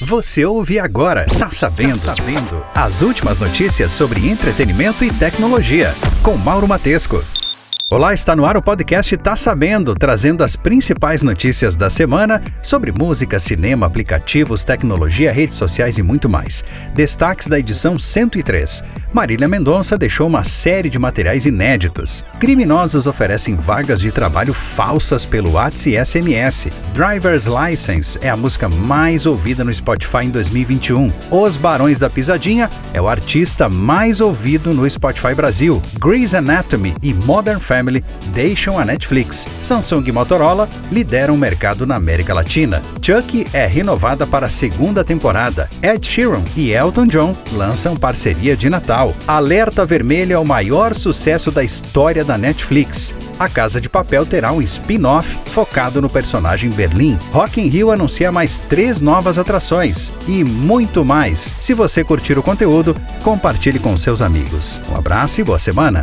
Você ouve agora, Tá Sabendo. As últimas notícias sobre entretenimento e tecnologia, com Mauro Matesco. Olá, está no ar o podcast Tá Sabendo, trazendo as principais notícias da semana sobre música, cinema, aplicativos, tecnologia, redes sociais e muito mais. Destaques da edição 103. Marília Mendonça deixou uma série de materiais inéditos. Criminosos oferecem vagas de trabalho falsas pelo WhatsApp e SMS. Driver's License é a música mais ouvida no Spotify em 2021. Os Barões da Pisadinha é o artista mais ouvido no Spotify Brasil. Grey's Anatomy e Modern Family deixam a Netflix. Samsung e Motorola lideram o mercado na América Latina. Chuck é renovada para a segunda temporada. Ed Sheeran e Elton John lançam parceria de Natal. Alerta Vermelho é o maior sucesso da história da Netflix. A Casa de Papel terá um spin-off focado no personagem Berlim. Rock in Rio anuncia mais 3 novas atrações e muito mais. Se você curtir o conteúdo, compartilhe com seus amigos. Um abraço e boa semana!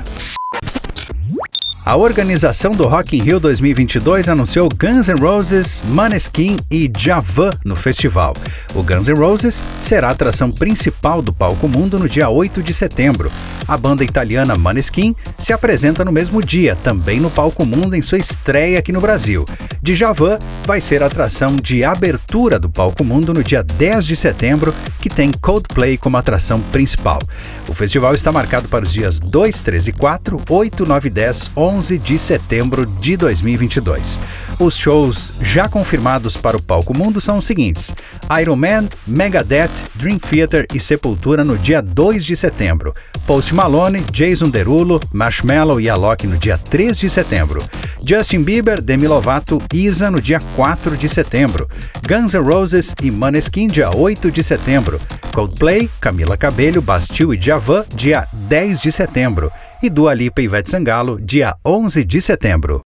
A organização do Rock in Rio 2022 anunciou Guns N' Roses, Måneskin e Javan no festival. O Guns N' Roses será a atração principal do Palco Mundo no dia 8 de setembro. A banda italiana Måneskin se apresenta no mesmo dia, também no Palco Mundo em sua estreia aqui no Brasil. Djavan vai ser a atração de abertura do Palco Mundo no dia 10 de setembro, que tem Coldplay como atração principal. O festival está marcado para os dias 2, 3 e 4, 8, 9 e 10, 11 de setembro de 2022. Os shows já confirmados para o Palco Mundo são os seguintes: Iron Man, Megadeth, Dream Theater e Sepultura no dia 2 de setembro. Post Malone, Jason Derulo, Marshmello e Alok no dia 3 de setembro. Justin Bieber, Demi Lovato, Isa no dia 4 de setembro. Guns N' Roses e Måneskin dia 8 de setembro. Coldplay, Camila Cabello, Bastille e Djavan dia 10 de setembro. E Dua Lipa e Ivete Sangalo dia 11 de setembro.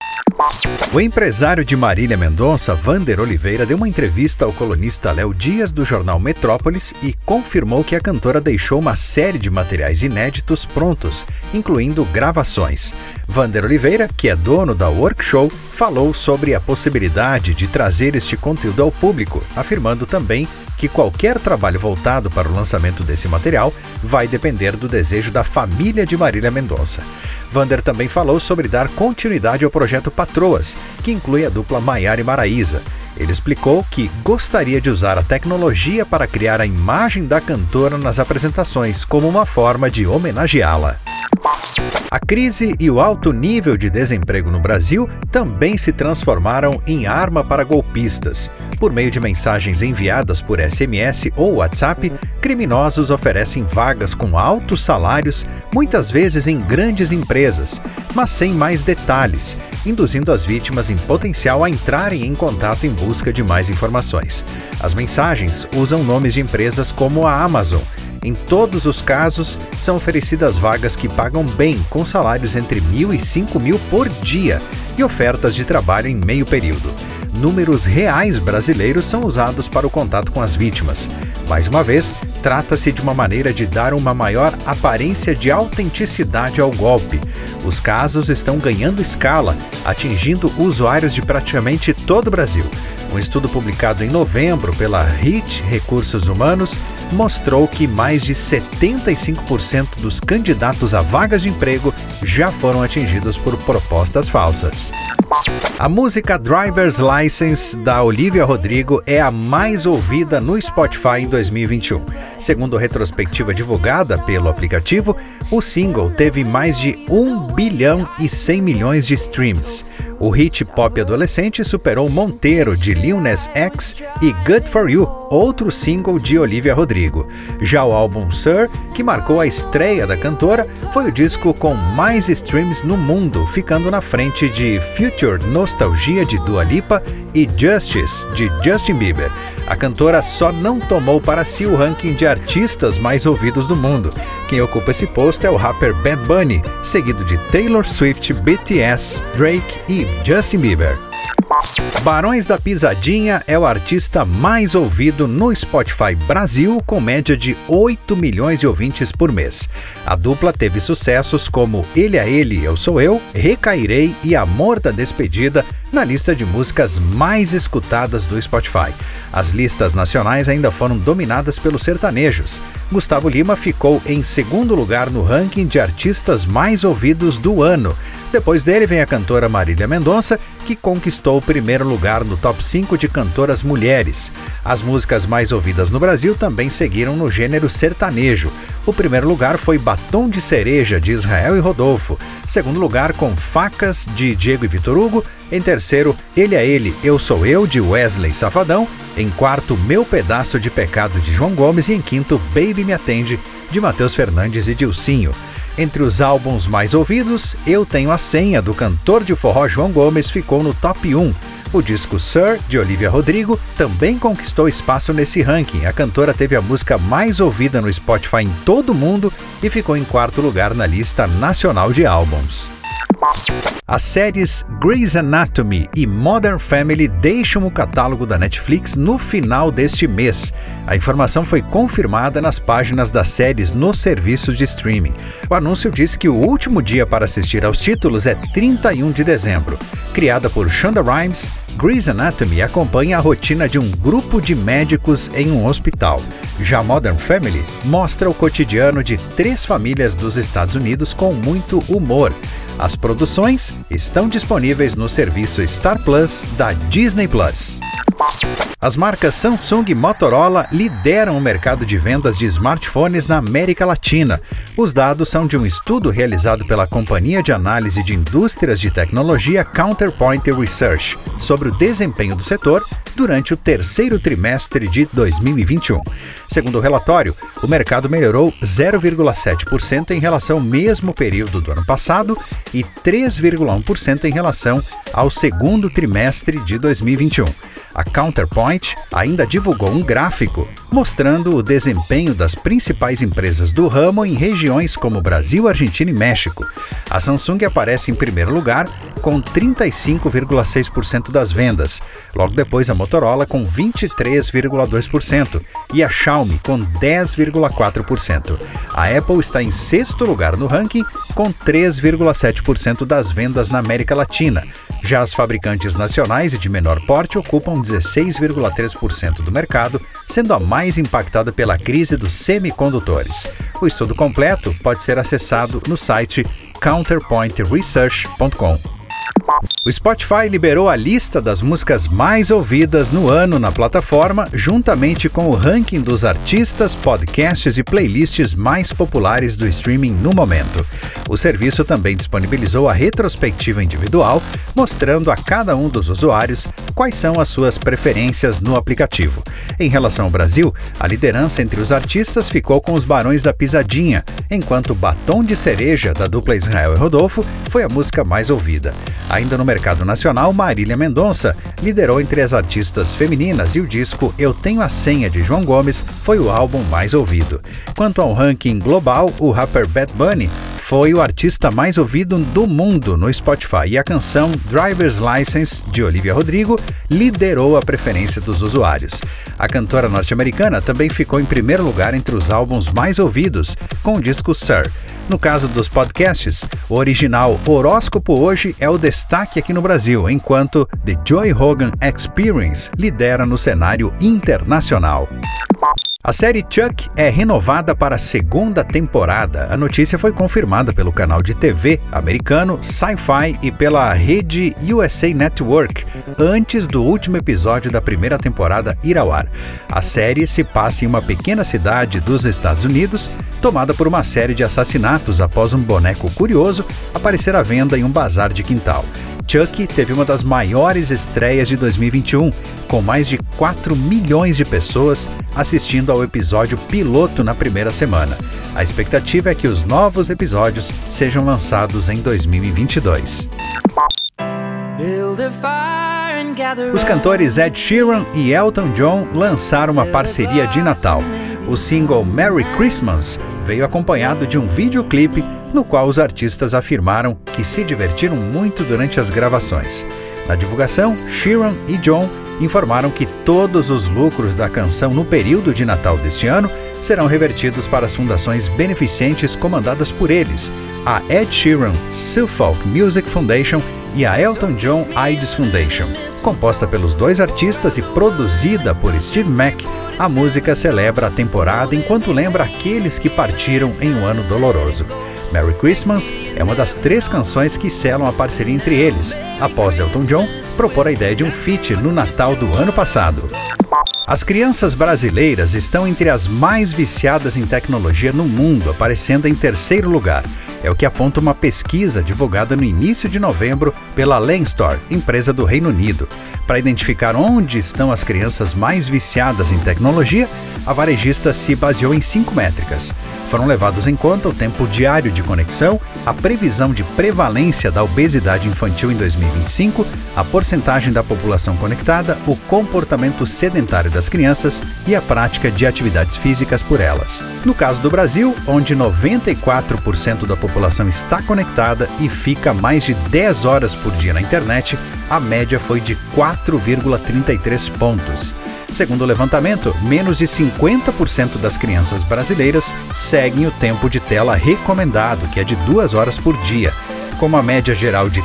O empresário de Marília Mendonça, Vander Oliveira, deu uma entrevista ao colunista Léo Dias do jornal Metrópolis e confirmou que a cantora deixou uma série de materiais inéditos prontos, incluindo gravações. Vander Oliveira, que é dono da Workshow, falou sobre a possibilidade de trazer este conteúdo ao público, afirmando também que qualquer trabalho voltado para o lançamento desse material vai depender do desejo da família de Marília Mendonça. Vander também falou sobre dar continuidade ao projeto Patroas, que inclui a dupla Maiara e Maraísa. Ele explicou que gostaria de usar a tecnologia para criar a imagem da cantora nas apresentações, como uma forma de homenageá-la. A crise e o alto nível de desemprego no Brasil também se transformaram em arma para golpistas. Por meio de mensagens enviadas por SMS ou WhatsApp, criminosos oferecem vagas com altos salários, muitas vezes em grandes empresas, mas sem mais detalhes, induzindo as vítimas em potencial a entrarem em contato em busca de mais informações. As mensagens usam nomes de empresas como a Amazon. Em todos os casos, são oferecidas vagas que pagam bem, com salários entre 1.000 e 5.000 por dia e ofertas de trabalho em meio período. Números reais brasileiros são usados para o contato com as vítimas. Mais uma vez, trata-se de uma maneira de dar uma maior aparência de autenticidade ao golpe. Os casos estão ganhando escala, atingindo usuários de praticamente todo o Brasil. Um estudo publicado em novembro pela HIT Recursos Humanos mostrou que mais de 75% dos candidatos a vagas de emprego já foram atingidos por propostas falsas. A música Driver's License, da Olivia Rodrigo, é a mais ouvida no Spotify em 2021. Segundo a retrospectiva divulgada pelo aplicativo, o single teve mais de 1 bilhão e 100 milhões de streams. O hit pop adolescente superou Monteiro, de Lil Nas X, e Good For You, outro single de Olivia Rodrigo. Já o álbum Sir, que marcou a estreia da cantora, foi o disco com mais streams no mundo, ficando na frente de Future Nostalgia, de Dua Lipa, e Justice, de Justin Bieber. A cantora só não tomou para si o ranking de artistas mais ouvidos do mundo. Quem ocupa esse posto é o rapper Bad Bunny, seguido de Taylor Swift, BTS, Drake e Justin Bieber. Barões da Pisadinha é o artista mais ouvido no Spotify Brasil, com média de 8 milhões de ouvintes por mês. A dupla teve sucessos como Ele a Ele, Eu Sou Eu, Recairei e Amor da Despedida, na lista de músicas mais escutadas do Spotify. As listas nacionais ainda foram dominadas pelos sertanejos. Gustavo Lima ficou em segundo lugar no ranking de artistas mais ouvidos do ano. Depois dele vem a cantora Marília Mendonça, que conquistou o primeiro lugar no top 5 de cantoras mulheres. As músicas mais ouvidas no Brasil também seguiram no gênero sertanejo. O primeiro lugar foi Batom de Cereja, de Israel e Rodolfo. Segundo lugar, com Facas, de Diego e Vitor Hugo. Em terceiro, Ele é Ele, Eu Sou Eu, de Wesley Safadão. Em quarto, Meu Pedaço de Pecado, de João Gomes. E em quinto, Baby Me Atende, de Matheus Fernandes e Dilcinho. Entre os álbuns mais ouvidos, Eu Tenho a Senha, do cantor de forró João Gomes, ficou no top 1. O disco Sir, de Olivia Rodrigo, também conquistou espaço nesse ranking. A cantora teve a música mais ouvida no Spotify em todo o mundo e ficou em quarto lugar na lista nacional de álbuns. As séries Grey's Anatomy e Modern Family deixam o catálogo da Netflix no final deste mês. A informação foi confirmada nas páginas das séries no serviço de streaming. O anúncio diz que o último dia para assistir aos títulos é 31 de dezembro. Criada por Shonda Rhimes, Grey's Anatomy acompanha a rotina de um grupo de médicos em um hospital. Já Modern Family mostra o cotidiano de 3 famílias dos Estados Unidos com muito humor. As produções estão disponíveis no serviço Star Plus da Disney Plus. As marcas Samsung e Motorola lideram o mercado de vendas de smartphones na América Latina. Os dados são de um estudo realizado pela companhia de análise de indústrias de tecnologia Counterpoint Research sobre o desempenho do setor durante o terceiro trimestre de 2021. Segundo o relatório, o mercado melhorou 0,7% em relação ao mesmo período do ano passado e 3,1% em relação ao segundo trimestre de 2021. A Counterpoint ainda divulgou um gráfico mostrando o desempenho das principais empresas do ramo em regiões como Brasil, Argentina e México. A Samsung aparece em primeiro lugar com 35,6% das vendas. Logo depois a Motorola com 23,2% e a Xiaomi com 10,4%. A Apple está em sexto lugar no ranking com 3,7% das vendas na América Latina. Já as fabricantes nacionais e de menor porte ocupam 16,3% do mercado, sendo a mais impactada pela crise dos semicondutores. O estudo completo pode ser acessado no site counterpointresearch.com. O Spotify liberou a lista das músicas mais ouvidas no ano na plataforma, juntamente com o ranking dos artistas, podcasts e playlists mais populares do streaming no momento. O serviço também disponibilizou a retrospectiva individual, mostrando a cada um dos usuários quais são as suas preferências no aplicativo. Em relação ao Brasil, a liderança entre os artistas ficou com os Barões da Pisadinha, enquanto Batom de Cereja, da dupla Israel e Rodolfo, foi a música mais ouvida. Ainda no mercado nacional, Marília Mendonça liderou entre as artistas femininas e o disco Eu Tenho a Senha, de João Gomes, foi o álbum mais ouvido. Quanto ao ranking global, o rapper Bad Bunny foi o artista mais ouvido do mundo no Spotify e a canção Driver's License, de Olivia Rodrigo, liderou a preferência dos usuários. A cantora norte-americana também ficou em primeiro lugar entre os álbuns mais ouvidos, com o disco Sir. No caso dos podcasts, o original Horóscopo Hoje é o destaque aqui no Brasil, enquanto The Joy Rogan Experience lidera no cenário internacional. A série Chuck é renovada para a segunda temporada. A notícia foi confirmada pelo canal de TV americano Sci-Fi e pela rede USA Network, antes do último episódio da primeira temporada ir ao ar. A série se passa em uma pequena cidade dos Estados Unidos, tomada por uma série de assassinatos após um boneco curioso aparecer à venda em um bazar de quintal. Chuck teve uma das maiores estreias de 2021, com mais de 4 milhões de pessoas assistindo ao episódio piloto na primeira semana. A expectativa é que os novos episódios sejam lançados em 2022. Os cantores Ed Sheeran e Elton John lançaram uma parceria de Natal. O single Merry Christmas veio acompanhado de um videoclipe no qual os artistas afirmaram que se divertiram muito durante as gravações. Na divulgação, Sheeran e John informaram que todos os lucros da canção no período de Natal deste ano serão revertidos para as fundações beneficentes comandadas por eles, a Ed Sheeran Suffolk Music Foundation e a Elton John AIDS Foundation. Composta pelos dois artistas e produzida por Steve Mac, a música celebra a temporada enquanto lembra aqueles que partiram em um ano doloroso. Merry Christmas é uma das 3 canções que selam a parceria entre eles, após Elton John propor a ideia de um feat no Natal do ano passado. As crianças brasileiras estão entre as mais viciadas em tecnologia no mundo, aparecendo em 3º lugar. É o que aponta uma pesquisa divulgada no início de novembro pela Landstar, empresa do Reino Unido. Para identificar onde estão as crianças mais viciadas em tecnologia, a varejista se baseou em 5 métricas. Foram levados em conta o tempo diário de conexão, a previsão de prevalência da obesidade infantil em 2025, a porcentagem da população conectada, o comportamento sedentário das crianças e a prática de atividades físicas por elas. No caso do Brasil, onde 94% da população está conectada e fica mais de 10 horas por dia na internet, a média foi de 4,33 pontos. Segundo o levantamento, menos de 50% das crianças brasileiras seguem o tempo de tela recomendado, que é de 2 horas por dia. Com uma média geral de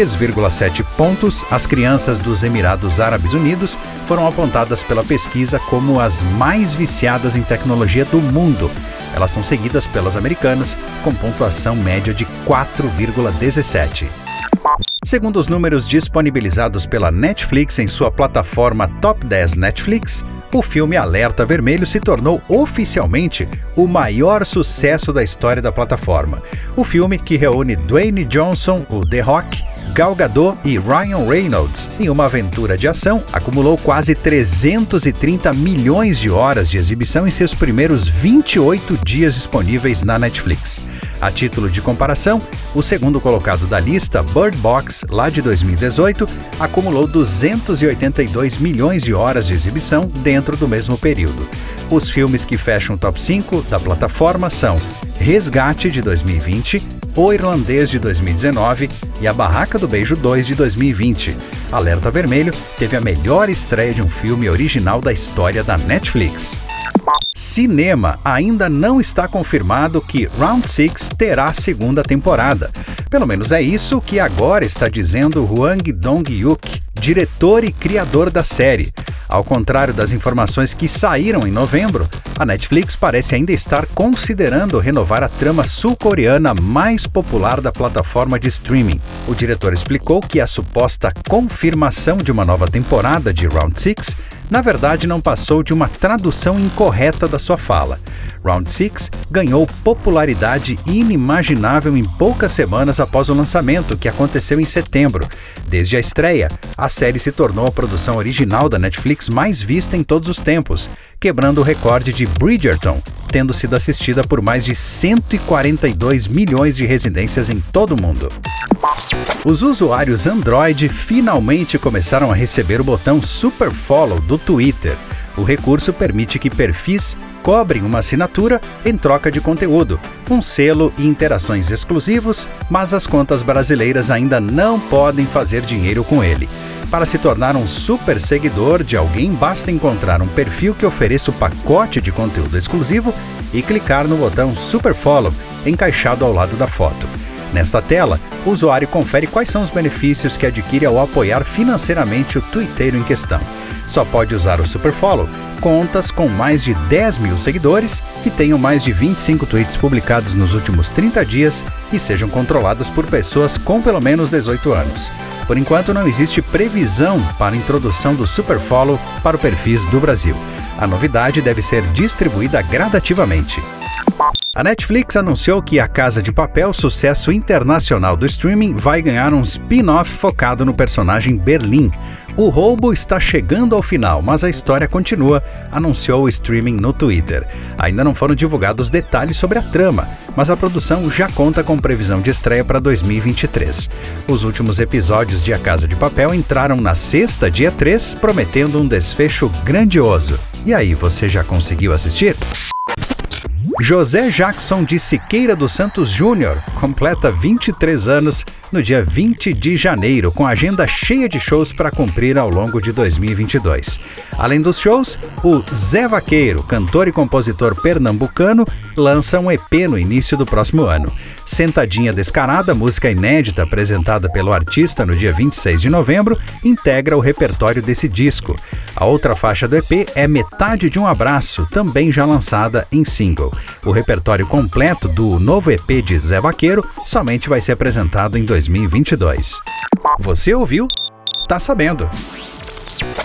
3,7 pontos, as crianças dos Emirados Árabes Unidos foram apontadas pela pesquisa como as mais viciadas em tecnologia do mundo. Elas são seguidas pelas americanas, com pontuação média de 4,17. Segundo os números disponibilizados pela Netflix em sua plataforma Top 10 Netflix, o filme Alerta Vermelho se tornou oficialmente o maior sucesso da história da plataforma. O filme, que reúne Dwayne Johnson, o The Rock, Gal Gadot e Ryan Reynolds em uma aventura de ação, acumulou quase 330 milhões de horas de exibição em seus primeiros 28 dias disponíveis na Netflix. A título de comparação, o segundo colocado da lista, Bird Box, lá de 2018, acumulou 282 milhões de horas de exibição dentro do mesmo período. Os filmes que fecham o top 5 da plataforma são Resgate, de 2020, O Irlandês, de 2019 e A Barraca do Beijo 2, de 2020. Alerta Vermelho teve a melhor estreia de um filme original da história da Netflix. Cinema. Ainda não está confirmado que Round 6 terá segunda temporada. Pelo menos é isso que agora está dizendo Hwang Dong-hyuk, diretor e criador da série. Ao contrário das informações que saíram em novembro, a Netflix parece ainda estar considerando renovar a trama sul-coreana mais popular da plataforma de streaming. O diretor explicou que a suposta confirmação de uma nova temporada de Round 6 na verdade não passou de uma tradução incorreta da sua fala. Round 6 ganhou popularidade inimaginável em poucas semanas após o lançamento, que aconteceu em setembro. Desde a estreia, a série se tornou a produção original da Netflix mais vista em todos os tempos, quebrando o recorde de Bridgerton, tendo sido assistida por mais de 142 milhões de residências em todo o mundo. Os usuários Android finalmente começaram a receber o botão Super Follow do Twitter. O recurso permite que perfis cobrem uma assinatura em troca de conteúdo, um selo e interações exclusivos, mas as contas brasileiras ainda não podem fazer dinheiro com ele. Para se tornar um super seguidor de alguém, basta encontrar um perfil que ofereça o pacote de conteúdo exclusivo e clicar no botão Super Follow, encaixado ao lado da foto. Nesta tela, o usuário confere quais são os benefícios que adquire ao apoiar financeiramente o tuiteiro em questão. Só pode usar o Super Follow contas com mais de 10 mil seguidores que tenham mais de 25 tweets publicados nos últimos 30 dias e sejam controladas por pessoas com pelo menos 18 anos. Por enquanto, não existe previsão para a introdução do Super Follow para o perfis do Brasil. A novidade deve ser distribuída gradativamente. A Netflix anunciou que A Casa de Papel, sucesso internacional do streaming, vai ganhar um spin-off focado no personagem Berlim. O roubo está chegando ao final, mas a história continua, anunciou o streaming no Twitter. Ainda não foram divulgados detalhes sobre a trama, mas a produção já conta com previsão de estreia para 2023. Os últimos episódios de A Casa de Papel entraram na sexta, dia 3, prometendo um desfecho grandioso. E aí, você já conseguiu assistir? José Jackson de Siqueira dos Santos Júnior completa 23 anos no dia 20 de janeiro, com a agenda cheia de shows para cumprir ao longo de 2022. Além dos shows, o Zé Vaqueiro, cantor e compositor pernambucano, lança um EP no início do próximo ano. Sentadinha Descarada, música inédita apresentada pelo artista no dia 26 de novembro, integra o repertório desse disco. A outra faixa do EP é Metade de um Abraço, também já lançada em single. O repertório completo do novo EP de Zé Vaqueiro somente vai ser apresentado em 2022. Você ouviu? Tá sabendo.